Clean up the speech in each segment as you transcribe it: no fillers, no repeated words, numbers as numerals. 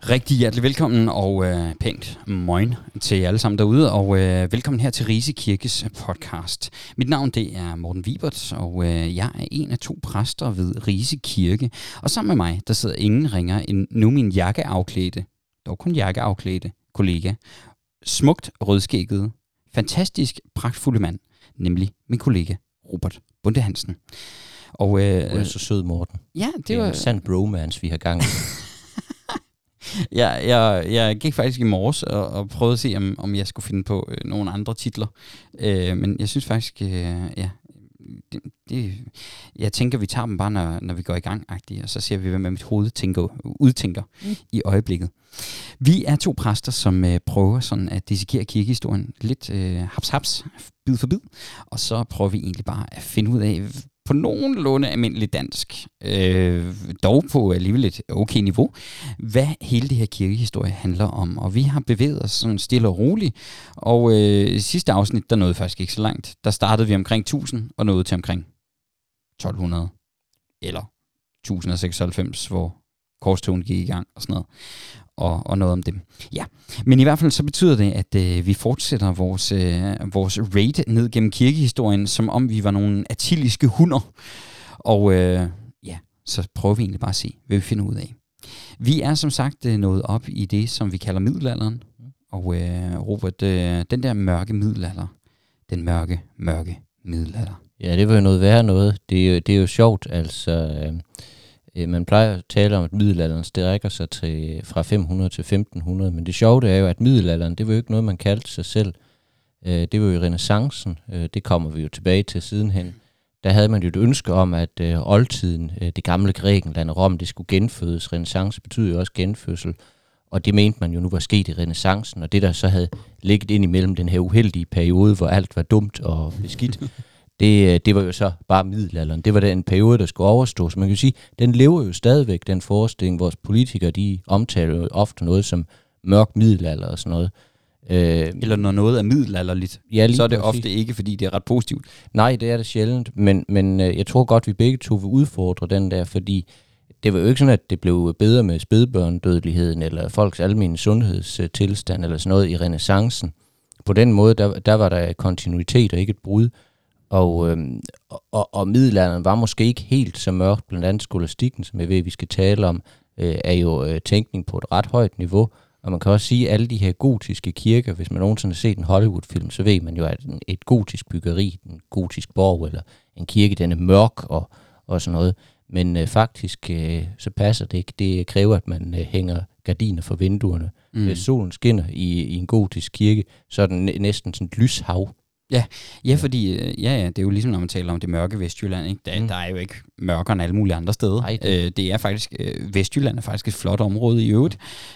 Rigtig hjertelig velkommen og pænt moin til jer alle sammen derude, og velkommen her til Rise Kirkes podcast. Mit navn det er Morten Vibert, og jeg er en af 2 præster ved Rise Kirke. Og sammen med mig, der sidder ingen ringer end nu min jakkeafklædte, dog kun jakkeafklædte kollega, smukt rødskægget, fantastisk pragtfulde mand, nemlig min kollega Robert Bunde Hansen. Og du er så sød, Morten. Ja, det er en sand bromance, vi har gang i. Jeg gik faktisk i morges og prøvede at se, om jeg skulle finde på nogle andre titler. Men jeg synes faktisk, jeg tænker, vi tager dem bare, når vi går i gang, og så ser vi, hvad mit hoved udtænker i øjeblikket. Vi er 2 præster, som prøver sådan at dissekere kirkehistorien lidt haps, bid for bid, og så prøver vi egentlig bare at finde ud af, på nogenlunde almindelig dansk, dog på alligevel et okay niveau, hvad hele det her kirkehistorie handler om. Og vi har bevæget os sådan stille og roligt, og sidste afsnit, der nåede faktisk ikke så langt. Der startede vi omkring 1000 og nåede til omkring 1200, eller 1096, hvor korstogen gik i gang og sådan noget. Og noget om dem. Ja, men i hvert fald så betyder det, at vi fortsætter vores raid ned gennem kirkehistorien, som om vi var nogle atiliske hunder. Og så prøver vi egentlig bare at se, hvad vi finder ud af. Vi er som sagt nået op i det, som vi kalder middelalderen. Og Robert, den der mørke middelalder, den mørke middelalder. Ja, det var jo noget værre noget. Det er jo sjovt, altså... Man plejer at tale om, at middelalderen strækker sig til fra 500 til 1500, men det sjove er jo, at middelalderen, det var jo ikke noget, man kaldte sig selv. Det var jo renæssancen, det kommer vi jo tilbage til sidenhen. Der havde man jo et ønske om, at oldtiden, det gamle Grækenland og Rom, det skulle genfødes. Renæssance betyder jo også genfødsel, og det mente man jo nu var sket i renæssancen, og det der så havde ligget ind imellem den her uheldige periode, hvor alt var dumt og beskidt, det var jo så bare middelalderen. Det var den periode, der skulle overstås. Man kan sige, den lever jo stadigvæk, den forestilling. Vores politikere, de omtaler jo ofte noget som mørk middelalder og sådan noget. Eller når noget er middelalderligt, ja, så er det ofte ikke, fordi det er ret positivt. Nej, det er det sjældent, men jeg tror godt, vi begge 2 vil udfordre den der, fordi det var jo ikke sådan, at det blev bedre med spædbørnedødeligheden, eller folks almindelige sundhedstilstand, eller sådan noget i renæssancen. På den måde, der var der kontinuitet og ikke et brud. Og middelalderen var måske ikke helt så mørkt, blandt andet skolastikken, som jeg ved, vi skal tale om, er jo tænkning på et ret højt niveau. Og man kan også sige, at alle de her gotiske kirker, hvis man nogensinde har set en Hollywood-film, så ved man jo, at et gotisk byggeri, en gotisk borg eller en kirke, den er mørk og sådan noget. Men faktisk, så passer det ikke. Det kræver, at man hænger gardiner for vinduerne. Hvis solen skinner i en gotisk kirke, så er den næsten sådan et lyshav. Ja, fordi det er jo ligesom, når man taler om det mørke Vestjylland, ikke? Der er jo ikke mørkere end alle mulige andre steder. Nej, det er faktisk, Vestjylland er faktisk et flot område i øvrigt.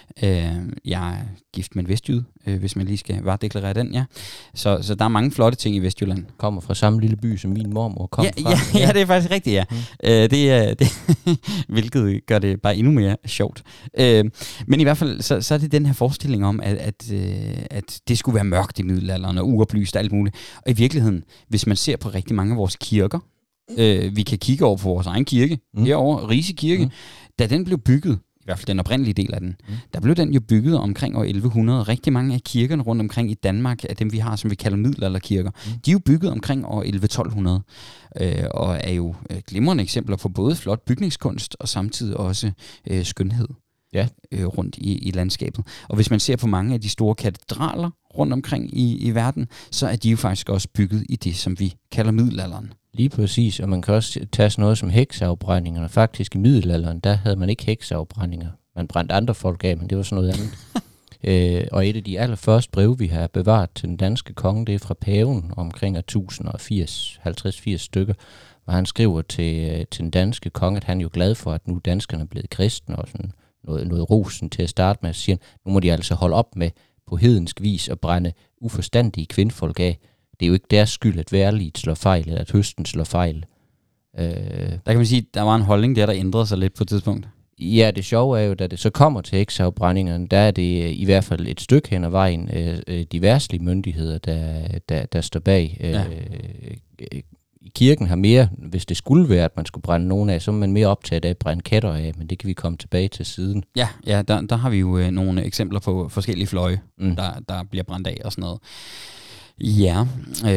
Jeg er gift med en vestjyde, hvis man lige skal varedeklarere den, ja. Så der er mange flotte ting i Vestjylland. Kommer fra samme lille by, som min mormor kom fra. Ja, det er faktisk rigtigt, ja. Det hvilket gør det bare endnu mere sjovt. Men i hvert fald, så er det den her forestilling om, at det skulle være mørkt i middelalderen og uoplyst og alt muligt. Og i virkeligheden, hvis man ser på rigtig mange af vores kirker, vi kan kigge over på vores egen kirke, herovre, Rise Kirke, da den blev bygget, i hvert fald den oprindelige del af den, der blev den jo bygget omkring år 1100. Rigtig mange af kirkerne rundt omkring i Danmark, af dem vi har, som vi kalder middelalderkirker, de er jo bygget omkring år 1100-1200, og er jo glimrende eksempler på både flot bygningskunst og samtidig også skønhed. Ja. Rundt i landskabet. Og hvis man ser på mange af de store katedraler rundt omkring i verden, så er de jo faktisk også bygget i det, som vi kalder middelalderen. Lige præcis, og man kan også tage sådan noget som hekseafbrændingerne. Faktisk i middelalderen, der havde man ikke hekseafbrændinger. Man brændte andre folk af, men det var sådan noget andet. Og et af de allerførste brev, vi har bevaret til den danske konge, det er fra paven omkring 1080, 50-80 stykker, hvor han skriver til den danske konge, at han er jo glad for, at nu danskerne er blevet kristne og sådan noget rosen til at starte med, så siger han, nu må de altså holde op med på hedensk vis at brænde uforstandige kvindfolk af. Det er jo ikke deres skyld, at vejrliget slår fejl, eller at høsten slår fejl. Der kan man sige, at der var en holdning der ændrede sig lidt på et tidspunkt. Ja, det sjove er jo, da det så kommer til hekseafbrændingerne, der er det i hvert fald et stykke hen ad vejen de verdslige myndigheder, der står bag. I kirken har mere, hvis det skulle være, at man skulle brænde nogen af, så er man mere optaget af at brænde katter af, men det kan vi komme tilbage til siden. Ja, der har vi jo nogle eksempler på forskellige fløje, der bliver brændt af og sådan noget. Ja,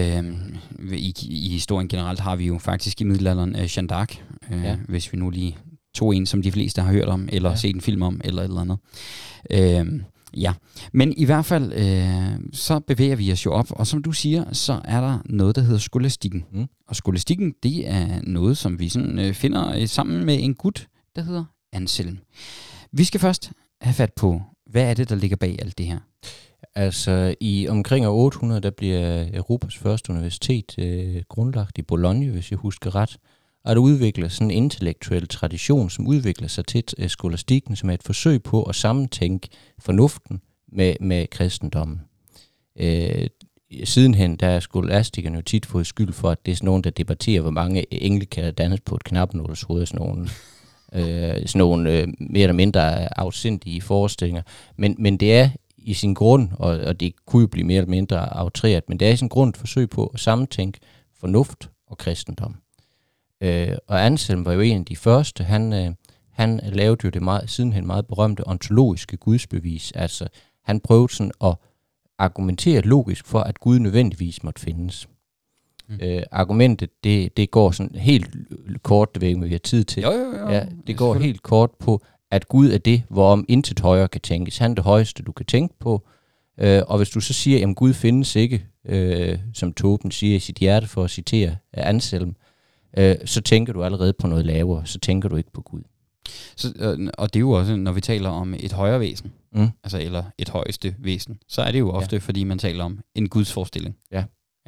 i historien generelt har vi jo faktisk i middelalderen Jeanne d'Arc, hvis vi nu lige tog en, som de fleste har hørt om, eller set en film om, eller et eller andet. Ja, men i hvert fald, så bevæger vi os jo op, og som du siger, så er der noget, der hedder skolastikken. Og skolastikken, det er noget, som vi sådan, finder sammen med en gut, der hedder Anselm. Vi skal først have fat på, hvad er det, der ligger bag alt det her? Altså i omkring år 800, der bliver Europas første universitet grundlagt i Bologna, hvis jeg husker ret. Og der udvikler sådan en intellektuel tradition, som udvikler sig til skolastikken, som er et forsøg på at sammentænke fornuften med kristendommen. Sidenhen, der er skolastikerne jo tit fået skyld for, at det er sådan nogen, der debatterer, hvor mange engle kan dannes på et knappenålshoved, sådan nogle mere eller mindre afsindige forestillinger. Men det er i sin grund, og det kunne jo blive mere eller mindre aftræret, men det er i sin grund et forsøg på at sammentænke fornuft og kristendom. Og Anselm var jo en af de første. Han lavede jo det sidenhen meget berømte ontologiske gudsbevis. Altså, han prøvede sådan at argumentere logisk for, at Gud nødvendigvis måtte findes. Argumentet, det går sådan helt kort, det ved ikke, vi har tid til. Jo. Ja, det går helt kort på, at Gud er det, hvorom intet højere kan tænkes. Han er det højeste, du kan tænke på. Og hvis du så siger, at Gud findes ikke, som Toben siger i sit hjerte, for at citere Anselm, så tænker du allerede på noget lavere, så tænker du ikke på Gud. Så, og det er jo også, når vi taler om et højere væsen, altså eller et højeste væsen, så er det jo ofte, fordi man taler om en gudsforestilling. Ja.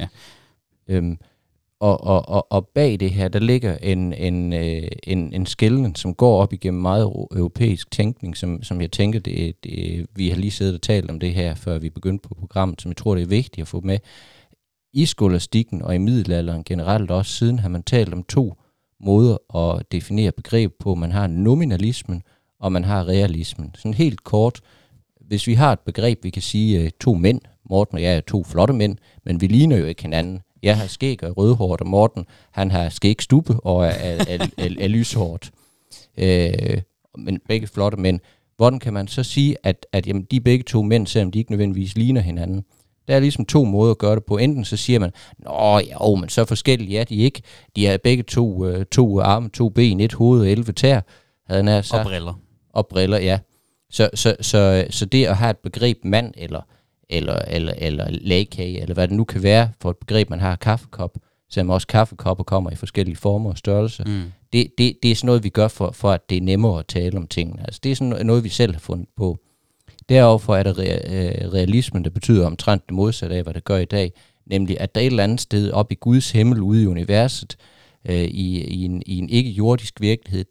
Og bag det her, der ligger en skelnen, som går op igennem meget europæisk tænkning, som jeg tænker, vi har lige siddet og talt om det her, før vi begyndte på programmet, som jeg tror, det er vigtigt at få med. I skolastikken og i middelalderen generelt også, siden har man talt om to måder at definere begreb på. Man har nominalismen, og man har realismen. Sådan helt kort, hvis vi har et begreb, vi kan sige to mænd, Morten og jeg er to flotte mænd, men vi ligner jo ikke hinanden. Jeg har skæg og rødhåret, og Morten, han har skægstubbe og er lyshåret. Men begge flotte mænd. Hvordan kan man så sige, at jamen, de er begge to mænd, selvom de ikke nødvendigvis ligner hinanden? Der er ligesom to måder at gøre det på. Enten så siger man, men så forskellige er de ikke. De har begge to arme, 2 ben, 1 hoved og 11 tær. Havde nær sagt. Og briller. Og briller, ja. Så det at have et begreb mand, eller lagkage, eller hvad det nu kan være for et begreb, man har, kaffekop, selvom også kaffekopper kommer i forskellige former og størrelser. Det er sådan noget, vi gør for at det er nemmere at tale om tingene. Altså, det er sådan noget, vi selv har fundet på. Deroverfor er der realismen, der betyder omtrent det modsatte af, hvad det gør i dag. Nemlig, at der et eller andet sted op i Guds himmel ude i universet, i en ikke-jordisk virkelighed,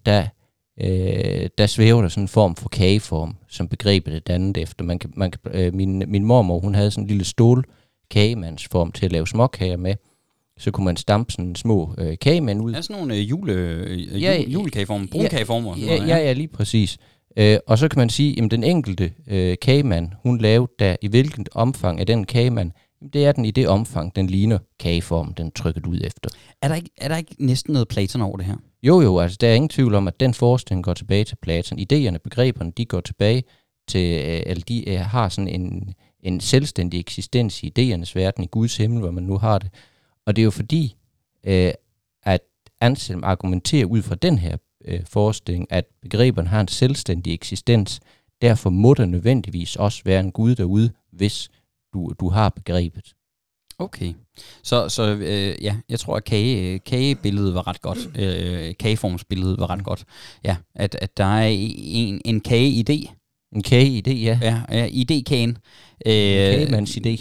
der svæver der sådan en form for kageform, som begrebet er dannet efter. Min mormor, hun havde sådan en lille stålkagemandsform til at lave småkager med. Så kunne man stampe sådan små kagemænd ud. Ja, sådan nogle julekageformer, brunkageformer. Ja, lige præcis. Og så kan man sige, at den enkelte kagemand, hun lavede der i hvilket omfang af den kagemand, det er den i det omfang, den ligner kageformen, den trykket ud efter. Er der ikke næsten noget Platon over det her? Jo, altså der er ingen tvivl om, at den forestilling går tilbage til Platon. Idéerne, begreberne, de går tilbage til, eller de har sådan en selvstændig eksistens i idéernes verden, i Guds himmel, hvor man nu har det. Og det er jo fordi, at Anselm argumenterer ud fra den her forestilling, at begreberne har en selvstændig eksistens. Derfor må der nødvendigvis også være en Gud derude, hvis du har begrebet. Okay. Så jeg tror, at kagebilledet var ret godt. Kageformsbilledet var ret godt. Ja, at der er en kageidé. En kageidé, ja. Ja, idékagen. Kagemands idé.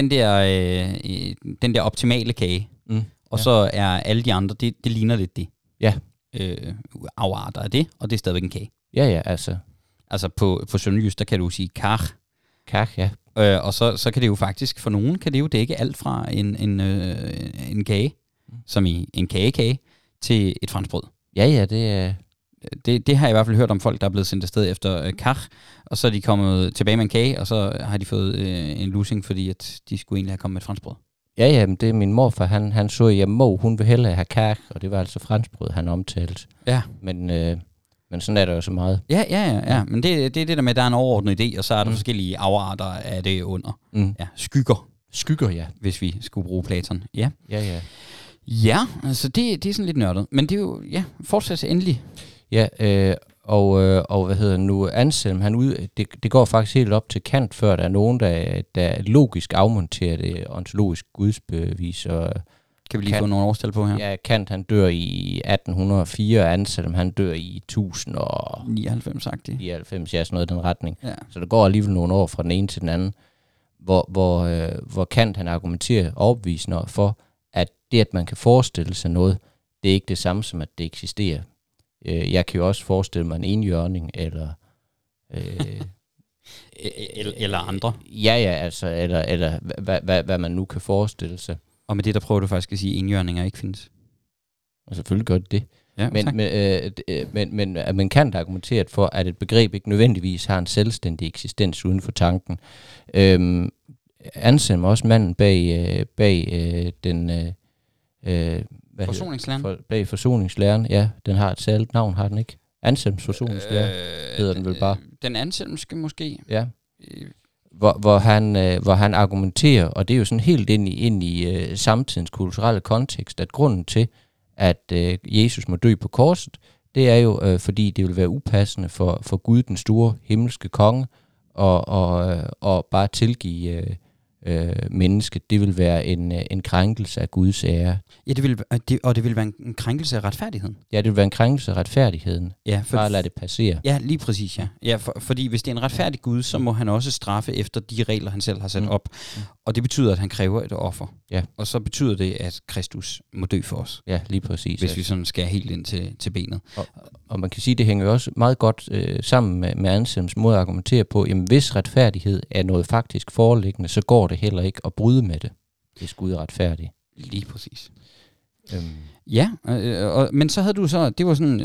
Den der optimale kage. Og så er alle de andre, det ligner lidt det. Ja. Afarter af det, og det er stadigvæk en kage. Ja, altså. Altså på sønderjysk, der kan du sige kage. Kage, ja. Og så kan det jo faktisk, for nogen kan det jo dække alt fra en kage, som i en kagekage, til et franskbrød. Ja, det er... Det har jeg i hvert fald hørt om folk, der er blevet sendt afsted efter kage, og så er de kommet tilbage med en kage, og så har de fået en lussing, fordi at de skulle egentlig have kommet med et franskbrød. Ja, men det er min morfar, han så hjemme, hun vil hellere have kage, og det var altså franskbrød, han omtalte. Ja. Men sådan er der jo så meget. Ja. Men det er det der med, at der er en overordnet idé, og så er der forskellige afarter af det under. Ja, skygger. Skygger, ja. Hvis vi skulle bruge Platon. Ja. Ja, altså det er sådan lidt nørdet. Men det er jo, fortsat endelig. Ja, og hvad hedder nu, Anselm, det går faktisk helt op til Kant, før der er nogen, der logisk afmonterer det ontologisk gudsbevis. Og kan vi lige få nogle årstal på her? Ja, Kant han dør i 1804, og Anselm han dør i 1099-agtigt. 99, ja, sådan noget i den retning. Ja. Så der går alligevel nogle år fra den ene til den anden, hvor Kant han argumenterer overbevisende for, at det, at man kan forestille sig noget, det er ikke det samme som, at det eksisterer. Jeg kan jo også forestille mig en enhjørning, eller eller andre. Ja, altså, eller hvad man nu kan forestille sig. Og med det, der prøver du faktisk at sige, at enhjørninger ikke findes. Og selvfølgelig gør det. Ja, men kan argumentere for, at et begreb ikke nødvendigvis har en selvstændig eksistens uden for tanken. Anselm også manden bag den... forsoningslæren? Bag forsoningslæren, ja. Den har et særligt navn, har den ikke? Anselms forsoningslære hedder den vel bare. Den anselmske måske? Ja. Hvor han argumenterer, og det er jo sådan helt ind i samtidens kulturelle kontekst, at grunden til, at Jesus må dø på korset, det er jo, fordi det vil være upassende for Gud, den store himmelske konge, og bare tilgive mennesket. Det vil være en krænkelse af Guds ære. Ja, det vil være en krænkelse af retfærdigheden. Ja, det vil være en krænkelse af retfærdigheden. Ja, bare lad det passere. Ja, lige præcis, ja. Ja, fordi hvis det er en retfærdig Gud, så må han også straffe efter de regler, han selv har sat op. Og det betyder, at han kræver et offer. Ja. Og så betyder det, at Kristus må dø for os. Ja, lige præcis. Hvis vi sådan skal helt ind til benet. Og man kan sige, at det hænger jo også meget godt sammen med Anselms måde at argumentere på, jamen hvis retfærdighed er noget faktisk foreliggende, så går det heller ikke at bryde med det. Det er Gud retfærdigt. Lige præcis. Ja, men så havde du så, det var sådan,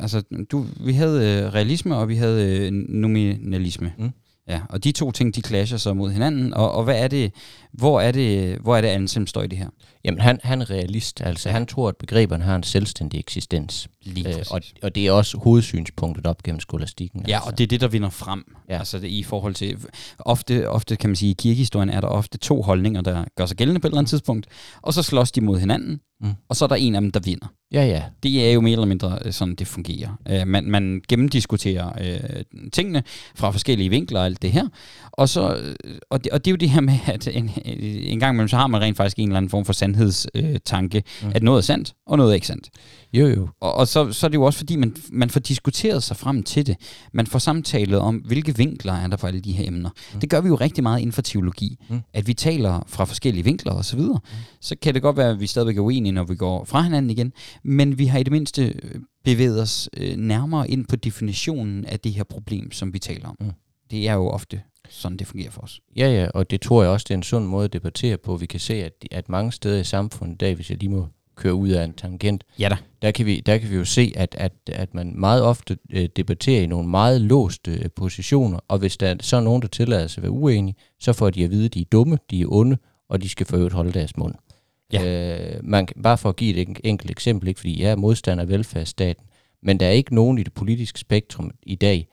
vi havde realisme, og vi havde nominalisme. Ja, og de to ting, de clasher så mod hinanden, og hvad er det, hvor er det Anselm står i det her? Jamen, han er realist, altså han tror, at begreberne har en selvstændig eksistens. Og det er også hovedsynspunktet op gennem skolastikken. Ja, altså. Og det er det, der vinder frem. Ja. Altså det, i forhold til, ofte kan man sige, i kirkehistorien er der ofte to holdninger, der gør sig gældende på et eller andet tidspunkt, og så slås de mod hinanden, og så er der en af dem, der vinder. Ja. Det er jo mere eller mindre sådan, det fungerer. Man gennemdiskuterer tingene fra forskellige vinkler og alt det her. Og det er jo det her med, at en gang imellem, så har man rent faktisk en eller anden form for sandhedstanke, at noget er sandt, og noget er ikke sandt. Jo. Og så er det jo også, fordi man får diskuteret sig frem til det. Man får samtalet om, hvilke vinkler er der på alle de her emner. Det gør vi jo rigtig meget inden for teologi. At vi taler fra forskellige vinkler og så videre. Så kan det godt være, at vi stadigvæk er uenige, når vi går fra hinanden igen. Men vi har i det mindste bevæget os nærmere ind på definitionen af det her problem, som vi taler om. Det er jo ofte sådan, det fungerer for os. Ja, og det tror jeg også, det er en sund måde at debattere på. Vi kan se, at mange steder i samfundet i dag, hvis jeg lige må køre ud af en tangent, der kan vi jo se, at man meget ofte debatterer i nogle meget låste positioner, og hvis der er så nogen, der tillader sig at være uenige, så får de at vide, at de er dumme, de er onde, og de skal for øvrigt holde deres mund. Ja. Man kan, bare for at give et enkelt eksempel, ikke, fordi jeg er modstander af velfærdsstaten, men der er ikke nogen i det politiske spektrum i dag,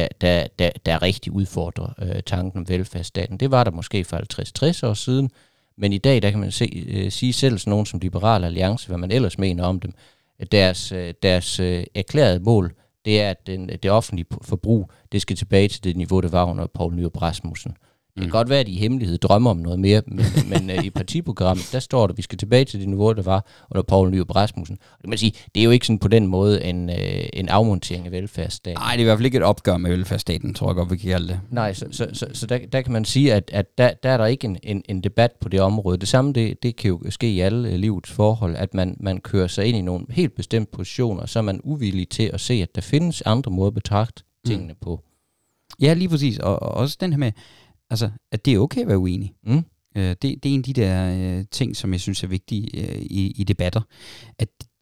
der rigtig udfordrer tanken om velfærdsstaten. Det var der måske for 50-60 år siden, men i dag, der kan man sige selv sådan nogen som Liberal Alliance, hvad man ellers mener om dem. Deres erklærede mål, det er, at det offentlige forbrug, det skal tilbage til det niveau, der var under Poul Nyrup Rasmussen. Det kan godt være, at de i hemmelighed drømmer om noget mere, men i partiprogrammet, der står der, at vi skal tilbage til det niveau, der var under Poul Nyrup Rasmussen. Og det, man sige, det er jo ikke sådan på den måde en afmontering af velfærdsstaten. Nej, det er i hvert fald ikke et opgør med velfærdsstaten, tror jeg godt, vi kan kalde det. Nej, så der kan man sige, at der er der ikke en debat på det område. Det samme, det kan jo ske i alle livets forhold, at man kører sig ind i nogle helt bestemte positioner, og så er man uvillig til at se, at der findes andre måder at betragte tingene på. Ja, lige præcis. Og også den her med, altså, at det er okay at være uenig. Det er en af de der ting, som jeg synes er vigtige i debatter. At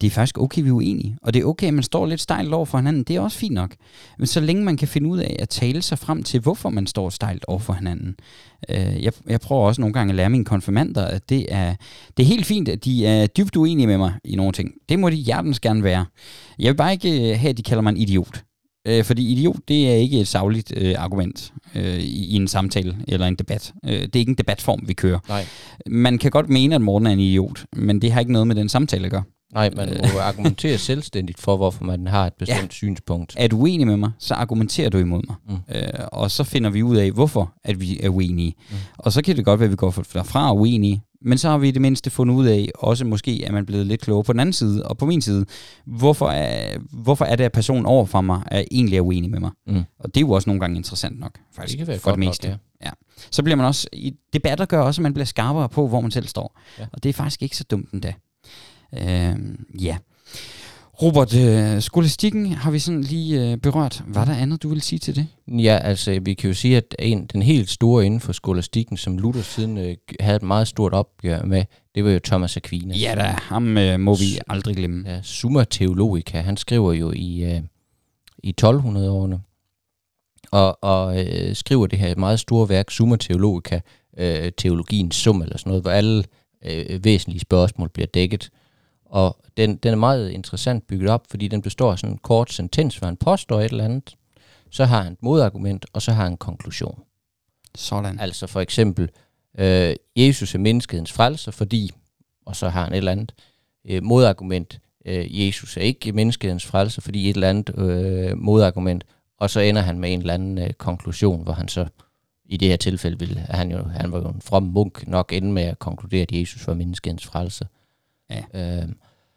det er faktisk okay, vi er uenige. Og det er okay, at man står lidt stejlt over for hinanden. Det er også fint nok. Men så længe man kan finde ud af at tale sig frem til, hvorfor man står stejlt over for hinanden. Jeg prøver også nogle gange at lære mine konfirmander, at det er helt fint, at de er dybt uenige med mig i nogle ting. Det må de hjertens gerne være. Jeg vil bare ikke have, at de kalder mig en idiot. Fordi idiot, det er ikke et sagligt argument i en samtale eller en debat. Det er ikke en debatform, vi kører. Nej. Man kan godt mene, at Morten er en idiot, men det har ikke noget med den samtale at gøre. Nej, man må argumentere selvstændigt for, hvorfor man har et bestemt synspunkt. Er du uenig med mig, så argumenterer du imod mig. Og så finder vi ud af, hvorfor at vi er uenige. Og så kan det godt være, at vi går derfra og uenige, men så har vi i det mindste fundet ud af, også måske er man blevet lidt klogere på den anden side, og på min side, hvorfor er det, at personen overfor mig egentlig er uenig med mig. Og det er jo også nogle gange interessant nok, faktisk, det kan være for godt det meste. Nok, ja. Så bliver man også, i debatter gør også, at man bliver skarpere på, hvor man selv står. Ja. Og det er faktisk ikke så dumt endda. Ja. Robert, skolastikken har vi sådan lige berørt. Var der andet, du ville sige til det? Ja, altså vi kan jo sige, at den helt store inden for skolastikken, som Luther siden havde et meget stort opgør med, det var jo Thomas Aquinas. Ja da, ham må vi aldrig glemme. Ja, Summa Theologica, han skriver jo i 1200-årene, og skriver det her meget store værk, Summa Theologica, teologiens sum eller sådan noget, hvor alle væsentlige spørgsmål bliver dækket. Og den er meget interessant bygget op, fordi den består af sådan en kort sentens, hvor han påstår et eller andet, så har han et modargument, og så har han en konklusion. Sådan. Altså for eksempel, Jesus er menneskehedens frelser, fordi, og så har han et eller andet modargument, Jesus er ikke menneskehedens frelser, fordi et eller andet modargument, og så ender han med en eller anden konklusion, hvor han så, i det her tilfælde, han var jo en from munk, nok ende med at konkludere, at Jesus var menneskehedens frelser. Ja.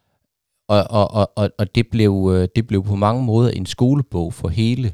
Og det blev på mange måder en skolebog for hele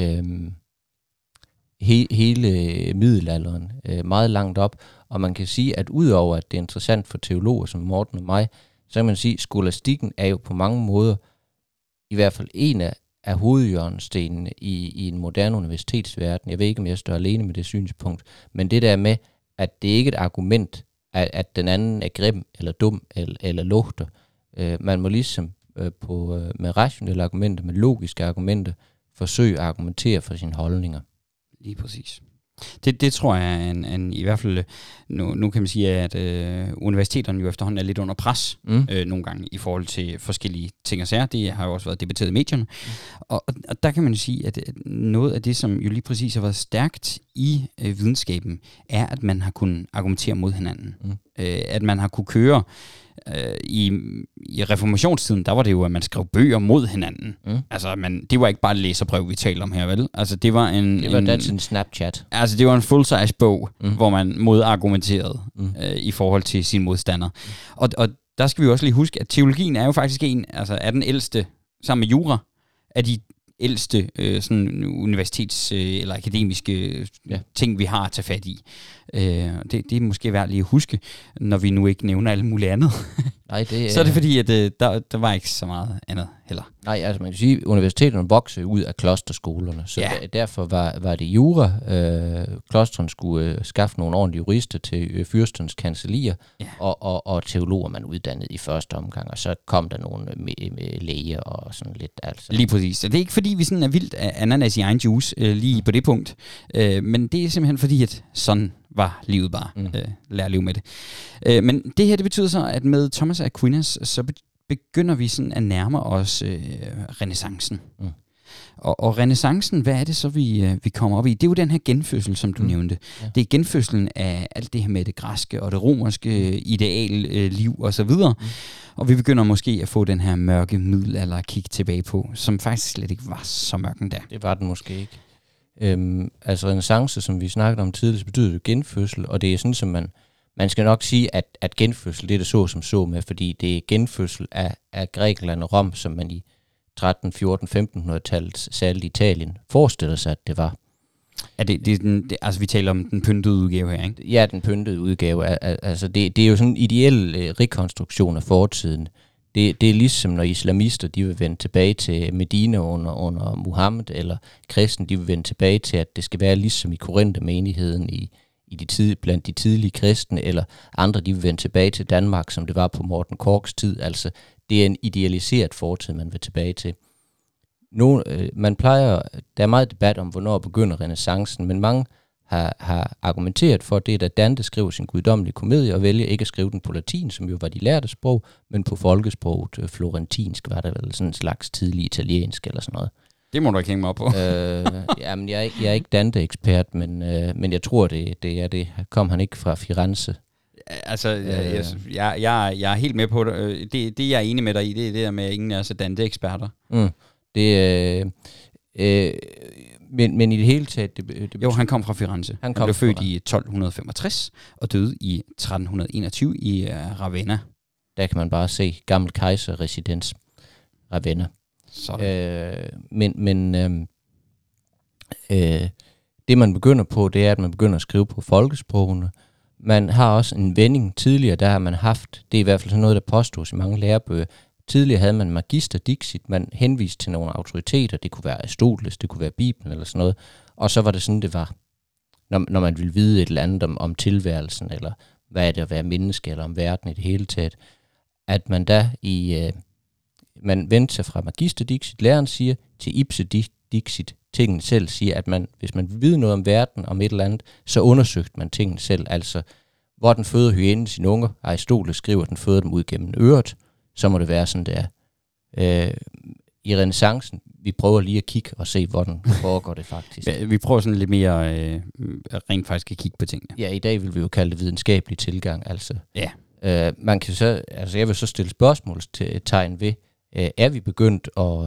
middelalderen, meget langt op. Og man kan sige, at udover at det er interessant for teologer som Morten og mig, så kan man sige, at skolastikken er jo på mange måder i hvert fald en af hovedhjørnestenene i en moderne universitetsverden. Jeg ved ikke, om jeg står alene med det synspunkt, men det der med, at det ikke er et argument, at den anden er grim, eller dum, eller lugter. Man må ligesom med rationelle argumenter, med logiske argumenter, forsøge at argumentere for sine holdninger. Lige præcis. Det tror jeg er i hvert fald, nu kan man sige, at universiteterne jo efterhånden er lidt under pres nogle gange i forhold til forskellige ting og sager. Det har jo også været debatteret i medierne. Og der kan man jo sige, at noget af det, som jo lige præcis har været stærkt i videnskaben, er, at man har kunnet argumentere mod hinanden. At man har kunne køre i reformationstiden, der var det jo, at man skrev bøger mod hinanden. Altså, det var ikke bare et læserbrev, vi taler om her, vel? Altså, det var en Snapchat. Altså, det var en full-size bog, hvor man modargumenterede i forhold til sin modstander. Og der skal vi også lige huske, at teologien er jo faktisk er den ældste, sammen med jura, af de ældste sådan universitets- eller akademiske ting, vi har at tage fat i. Det er måske værd lige at huske, når vi nu ikke nævner alt muligt andet. Nej, så er det fordi, at der var ikke så meget andet heller. Nej, altså man kan sige, at universiteterne voksede ud af klosterskolerne, så derfor var det jura. Klosterne skulle skaffe nogle ordentlige jurister til fyrstens kancellier, og teologer man uddannede i første omgang, og så kom der nogle med læger og sådan lidt. Altså. Lige præcis. Det er ikke fordi, vi sådan er vildt ananas i egen juice lige på det punkt, men det er simpelthen fordi, at sådan var livet bare. Lær at leve med det. Men det her, det betyder så, at med Thomas Aquinas, så begynder vi sådan at nærme os renæssancen. Og renæssancen, hvad er det så, vi kommer op i? Det er jo den her genfødsel, som du nævnte. Ja. Det er genfødslen af alt det her med det græske og det romerske idealliv og så videre. Og vi begynder måske at få den her mørke middelalder at kigge tilbage på, som faktisk slet ikke var så mørk endda. Det var den måske ikke. Altså renæssance, som vi snakkede om tidligere, betyder jo genfødsel, og det er sådan, som man skal nok sige, at genfødsel, det er det så med, fordi det er genfødsel af Grækenland og Rom, som man i 13, 14, 1500-tallet, særligt Italien, forestiller sig, at det var. Altså vi taler om den pyntede udgave her, ikke? Ja, den pyntede udgave. Altså det er jo sådan en ideel rekonstruktion af fortiden. Det er ligesom når islamister, de vil vende tilbage til Medina under Muhammed, eller kristen, de vil vende tilbage til, at det skal være ligesom i Korinther-menigheden blandt de tidlige kristne, eller andre, de vil vende tilbage til Danmark, som det var på Morten Korchs tid. Altså, det er en idealiseret fortid, man vil tilbage til. Der er meget debat om, hvornår begynder renæssancen, men mange har argumenteret for, at det er, da Dante skriver sin guddommelige komedie, og vælger ikke at skrive den på latin, som jo var de lærte sprog, men på folkesproget florentinsk, var der vel sådan en slags tidlig italiensk eller sådan noget. Det må du ikke hænge mig op på. Jamen, jeg er ikke Dante-ekspert, men jeg tror, det er det. Kom han ikke fra Firenze? Altså, jeg er helt med på det. Det, jeg er enig med dig i, det er det der med, at ingen er så Dante-eksperter. Men i det hele taget... Jo, han kom fra Firenze. Han blev født i 1265 og døde i 1321 i Ravenna. Der kan man bare se gammel kejserresidens Ravenna. Det man begynder på, det er, at man begynder at skrive på folkesprogene. Man har også en vending tidligere, der har man haft, det er i hvert fald sådan noget, der påstås i mange lærebøger. Tidligere havde man magister dixit, man henviste til nogle autoriteter, det kunne være Aristoteles, det kunne være Bibelen eller sådan noget, og så var det sådan, det var, når man ville vide et eller andet om tilværelsen, eller hvad er det at være menneske, eller om verden i det hele taget, at man da man vendte sig fra magister dixit, læreren siger, til ipse dixit, tingene selv siger, at hvis man vil vide noget om verden, om et eller andet, så undersøgte man tingene selv, altså hvor den føder hyænen sine unger, Aristoteles skriver, at den føder dem ud gennem øret, så må det være sådan, det er. I renæssancen, vi prøver lige at kigge og se, hvordan foregår det faktisk. Vi prøver sådan lidt mere rent faktisk at kigge på tingene. Ja, i dag vil vi jo kalde det videnskabelig tilgang, altså. Ja. Man kan så, altså jeg vil så stille spørgsmålstegn ved, er vi begyndt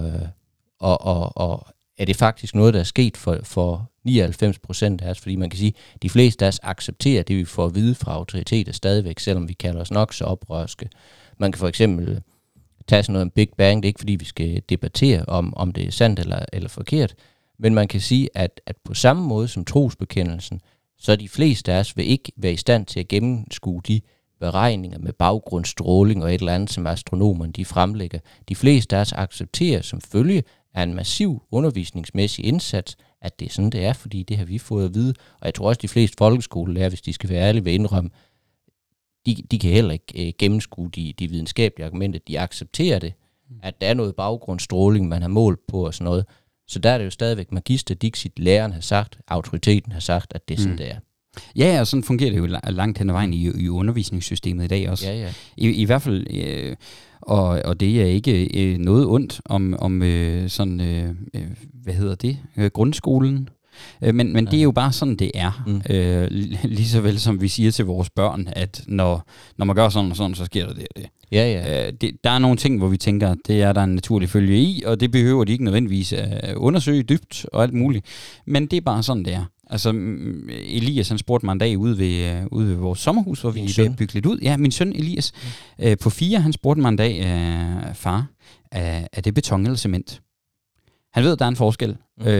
og er det faktisk noget, der er sket for 99% af os, fordi man kan sige, at de fleste af os accepterer det, vi får at vide fra autoriteter stadigvæk, selvom vi kalder os nok så oprørske. Man kan for eksempel tage sådan noget om Big Bang, det er ikke fordi, vi skal debattere om det er sandt eller forkert, men man kan sige, at på samme måde som trosbekendelsen, så de fleste af os vil ikke være i stand til at gennemskue de beregninger med baggrundsstråling og et eller andet, som astronomerne de fremlægger. De fleste af os accepterer som følge af en massiv undervisningsmæssig indsats, at det er sådan, det er, fordi det har vi fået at vide. Og jeg tror også, de fleste folkeskolelærer, hvis de skal være ærlige, vil indrømme, de kan heller ikke gennemskue de videnskabelige argumenter. De accepterer det, at der er noget baggrundsstråling, man har målt på og sådan noget. Så der er det jo stadigvæk magister dixit, læreren har sagt, autoriteten har sagt, at det er sådan, det er. Ja, og sådan fungerer det jo langt hen ad vejen i undervisningssystemet i dag også. Ja. I hvert fald, og det er ikke noget ondt om sådan, hvad hedder det, grundskolen. Men det er jo bare sådan, det er. Lige så vel som vi siger til vores børn, at når man gør sådan og sådan, så sker der det og det. Ja. Der er nogle ting, hvor vi tænker, det er der en naturlig følge i, og det behøver de ikke nødvendigvis at undersøge dybt og alt muligt. Men det er bare sådan, det er. Altså, Elias, han spurgte mig en dag ude ved vores sommerhus, hvor vi er bygget lidt ud. Ja, min søn Elias på 4, han spurgte mig en dag, far, er det beton eller cement? Han ved, at der er en forskel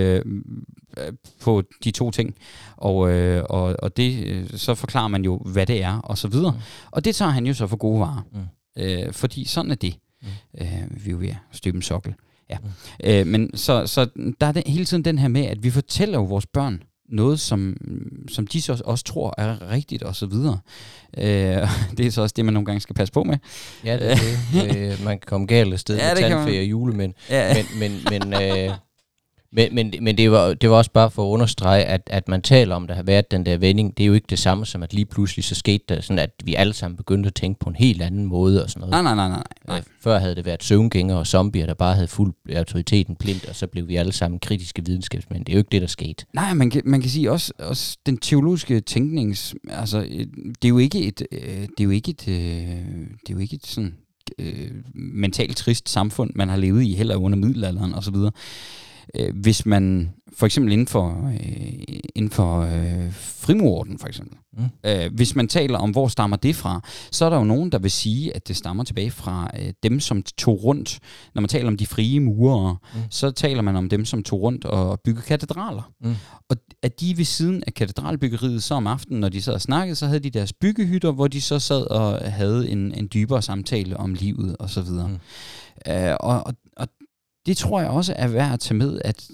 på de to ting, og det, så forklarer man jo, hvad det er, og så videre. Og det tager han jo så for gode varer, fordi sådan er det. Vi er jo ved at støbe en sokkel. Ja. Men så der er hele tiden den her med, at vi fortæller jo vores børn noget, som de så også tror er rigtigt, og så videre. Det er så også det, man nogle gange skal passe på med. Ja, det er det. Man kan komme galt af sted med tandfæ og julemænd. Ja. Men det var også bare for at understrege, at man taler om, der har været den der vending. Det er jo ikke det samme som, at lige pludselig så skete der sådan, at vi alle sammen begyndte at tænke på en helt anden måde og sådan noget. Nej. Før havde det været søvngængere og zombier, der bare havde fuld autoriteten blindt, og så blev vi alle sammen kritiske videnskabsmænd. Det er jo ikke det, der skete. Nej, man kan sige også den teologiske tænkning, altså det er jo ikke et sådan mentalt trist samfund, man har levet i heller under middelalderen og så videre. Hvis man for eksempel inden for frimurerordenen for eksempel, hvis man taler om, hvor stammer det fra, så er der jo nogen, der vil sige, at det stammer tilbage fra dem, som tog rundt. Når man taler om de frie murere, så taler man om dem, som tog rundt og byggede katedraler. Og at de ved siden af katedralbyggeriet, så om aftenen, når de sad og snakkede, så havde de deres byggehytter, hvor de så sad og havde en dybere samtale om livet og så videre. Og det tror jeg også er værd at tage med, at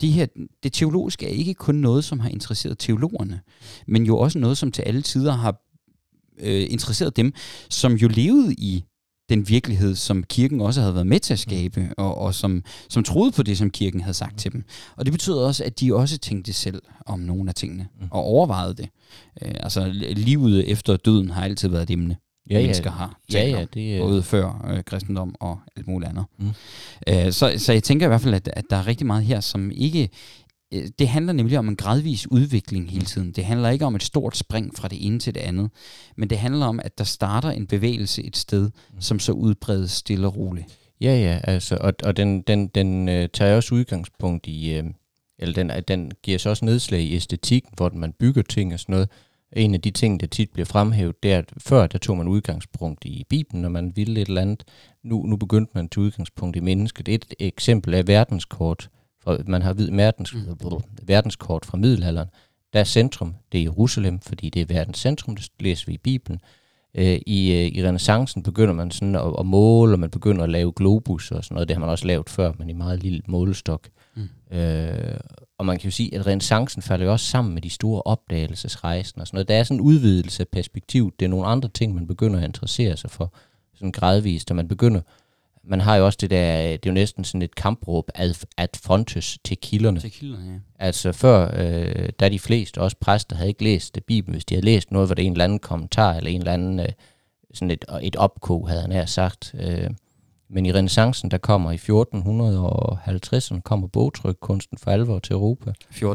det teologiske er ikke kun noget, som har interesseret teologerne, men jo også noget, som til alle tider har interesseret dem, som jo levede i den virkelighed, som kirken også havde været med til at skabe, og som troede på det, som kirken havde sagt til dem. Og det betyder også, at de også tænkte selv om nogle af tingene, og overvejede det. Altså, livet efter døden har altid været et emne, mennesker har talt om, både før kristendom og alt muligt andet. Så jeg tænker i hvert fald, at der er rigtig meget her, som ikke... Det handler nemlig om en gradvis udvikling hele tiden. Det handler ikke om et stort spring fra det ene til det andet, men det handler om, at der starter en bevægelse et sted, som så udbredes stille og roligt. Ja, altså, og den tager også udgangspunkt i, eller den giver sig også nedslag i æstetikken, hvor man bygger ting og sådan noget. En af de ting, der tit bliver fremhævet, det er, at før der tog man udgangspunkt i Bibelen, når man ville et eller andet. Nu begyndte man at tage udgangspunkt i mennesket. Et eksempel er verdenskort. Man har verdenskort fra middelalderen. Der er centrum, det er Jerusalem, fordi det er verdens centrum, det læser vi i Bibelen. I renæssancen begynder man sådan at måle, og man begynder at lave globus og sådan noget. Det har man også lavet før, men i meget lille målestok. Og man kan jo sige, at renæssancen falder jo også sammen med de store opdagelsesrejsen og sådan noget. Der er sådan en udvidelse af perspektiv. Det er nogle andre ting, man begynder at interessere sig for sådan gradvist, og man har jo også det der, det er jo næsten sådan et kampråb ad frontes til kilderne. Ja. Altså før, der de fleste, også præster, havde ikke læst Bibelen. Hvis de havde læst noget, var det en eller anden kommentar, eller en eller anden, sådan et opkog, havde han her sagt. Men i renæssancen, der kommer i 1450'erne, kommer bogtrykkunsten for alvor til Europa.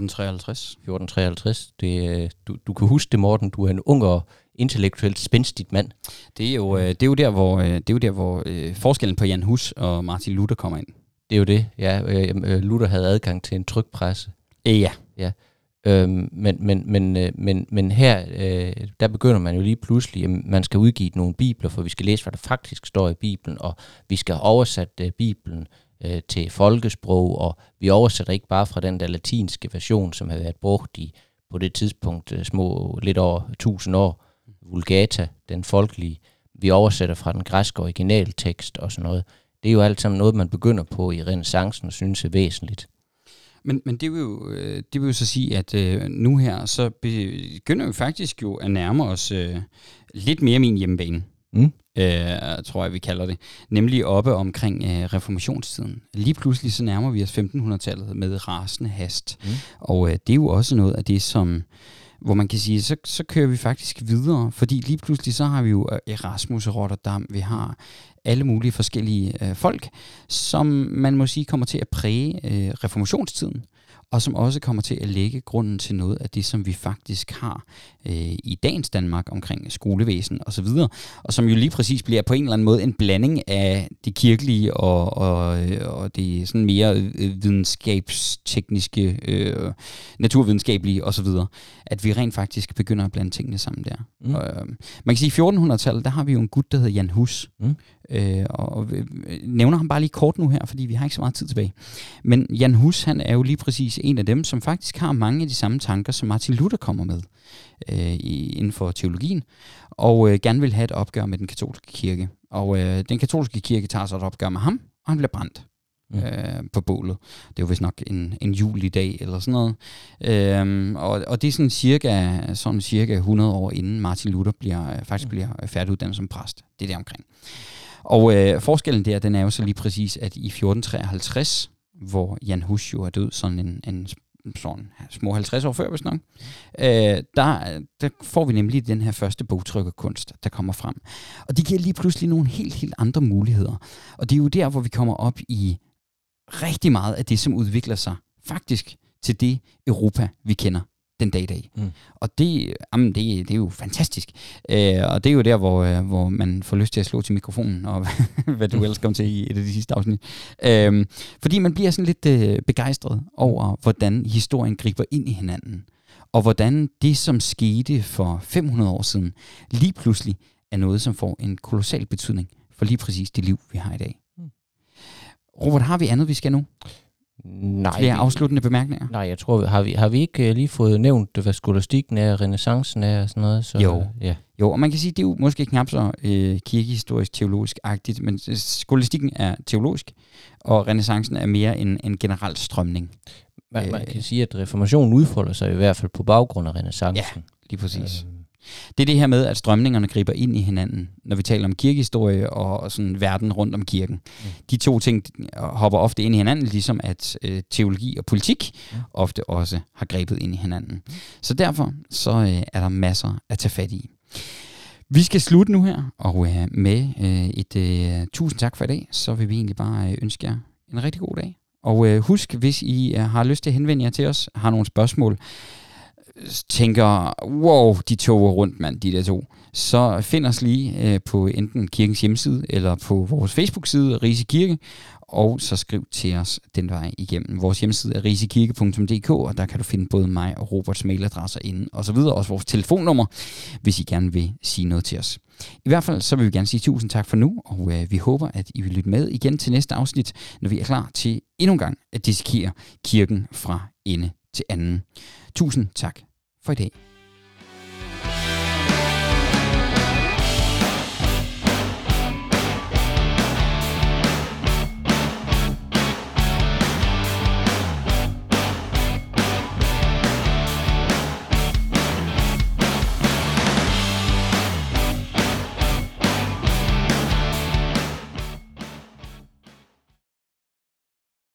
1453. Du kan huske det, Morten, du er en ung og intellektuelt spændstigt mand. Det er jo der, hvor forskellen på Jan Hus og Martin Luther kommer ind. Det er jo det, ja. Luther havde adgang til en trykpresse. Ja. Men her, der begynder man jo lige pludselig, at man skal udgive nogle bibler, for vi skal læse, hvad der faktisk står i Bibelen, og vi skal oversætte Bibelen til folkesprog, og vi oversætter ikke bare fra den der latinske version, som har været brugt på det tidspunkt små lidt over 1000 år, Vulgata, den folkelige. Vi oversætter fra den græske originaltekst og sådan noget. Det er jo alt sammen noget, man begynder på i renæssancen og synes er væsentligt. Men det vil jo så sige, at nu her, så begynder vi faktisk jo at nærme os lidt mere min hjemmebane, tror jeg, vi kalder det. Nemlig oppe omkring reformationstiden. Lige pludselig så nærmer vi os 1500-tallet med rasende hast. Og det er jo også noget af det, som... hvor man kan sige, så kører vi faktisk videre, fordi lige pludselig så har vi jo Erasmus og Rotterdam, vi har alle mulige forskellige folk, som man må sige kommer til at præge reformationstiden, og som også kommer til at lægge grunden til noget af det, som vi faktisk har i dagens Danmark omkring skolevæsen og så videre, og som jo lige præcis bliver på en eller anden måde en blanding af det kirkelige og det sådan mere videnskabstekniske, naturvidenskabelige og så videre, at vi rent faktisk begynder at blande tingene sammen der. Man kan sige, i 1400-tallet, der har vi jo en gut, der hedder Jan Hus, og nævner ham bare lige kort nu her, fordi vi har ikke så meget tid tilbage. Men Jan Hus, han er jo lige præcis en af dem, som faktisk har mange af de samme tanker, som Martin Luther kommer med inden for teologien, og gerne vil have et opgør med den katolske kirke. Og den katolske kirke tager så et opgør med ham, og han bliver brændt på bålet. Det er jo vist nok en julidag eller sådan noget. Og det er sådan cirka 100 år inden Martin Luther bliver færdiguddannet som præst. Det er der omkring. Og forskellen der, den er jo så lige præcis, at i 1453, hvor Jan Hus jo er død sådan en små 50 år før, hvis nok, der får vi nemlig den her første bogtrykkerkunst, der kommer frem. Og det giver lige pludselig nogle helt andre muligheder. Og det er jo der, hvor vi kommer op i rigtig meget af det, som udvikler sig faktisk til det Europa, vi kender den dag i dag. Og det er jo fantastisk. Og det er jo der, hvor man får lyst til at slå til mikrofonen, og hvad du ellers kom til i et af de sidste afsnit. Fordi man bliver sådan lidt begejstret over, hvordan historien griber ind i hinanden. Og hvordan det, som skete for 500 år siden, lige pludselig er noget, som får en kolossal betydning for lige præcis det liv, vi har i dag. Robert, har vi andet, vi skal nu? Nej. Flere afsluttende bemærkninger? Nej, jeg tror, har vi ikke lige fået nævnt, hvad skolastikken er, renæssancen er og sådan noget? Så, jo. Ja. Jo, og man kan sige, det er jo måske knap så kirkehistorisk teologisk-agtigt, men skolastikken er teologisk, og renæssancen er mere en generel strømning. Man kan sige, at reformationen udfolder sig i hvert fald på baggrund af renæssancen. Ja, lige præcis. Det er det her med, at strømningerne griber ind i hinanden, når vi taler om kirkehistorie og sådan verden rundt om kirken. De to ting hopper ofte ind i hinanden, ligesom at teologi og politik ofte også har grebet ind i hinanden. Så derfor så er der masser at tage fat i. Vi skal slutte nu her, og med et tusind tak for i dag, så vil vi egentlig bare ønske jer en rigtig god dag. Og husk, hvis I har lyst til at henvende jer til os, har nogle spørgsmål, tænker, wow, de toger rundt, mand, de der to, så find os lige på enten kirkens hjemmeside, eller på vores Facebook-side, Rise Kirke, og så skriv til os den vej igennem. Vores hjemmeside er risekirke.dk, og der kan du finde både mig og Roberts mailadresser inde, og så videre, også vores telefonnummer, hvis I gerne vil sige noget til os. I hvert fald så vil vi gerne sige tusind tak for nu, og vi håber, at I vil lytte med igen til næste afsnit, når vi er klar til endnu en gang at dissekere kirken fra ende til anden. Tusind tak for i dag.